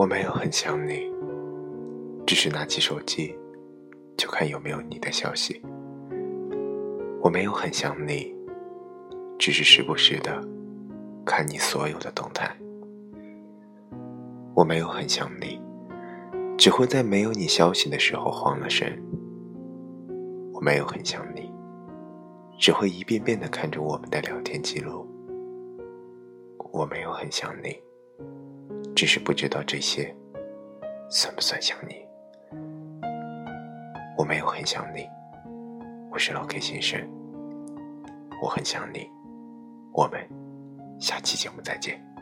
我没有很想你，只是拿起手机就看有没有你的消息。我没有很想你，只是时不时的看你所有的动态。我没有很想你，只会在没有你消息的时候慌了神。我没有很想你，只会一遍遍地看着我们的聊天记录。我没有很想你，只是不知道这些算不算想你。我没有很想你，我是老 K 先生，我很想你，我们下期节目再见。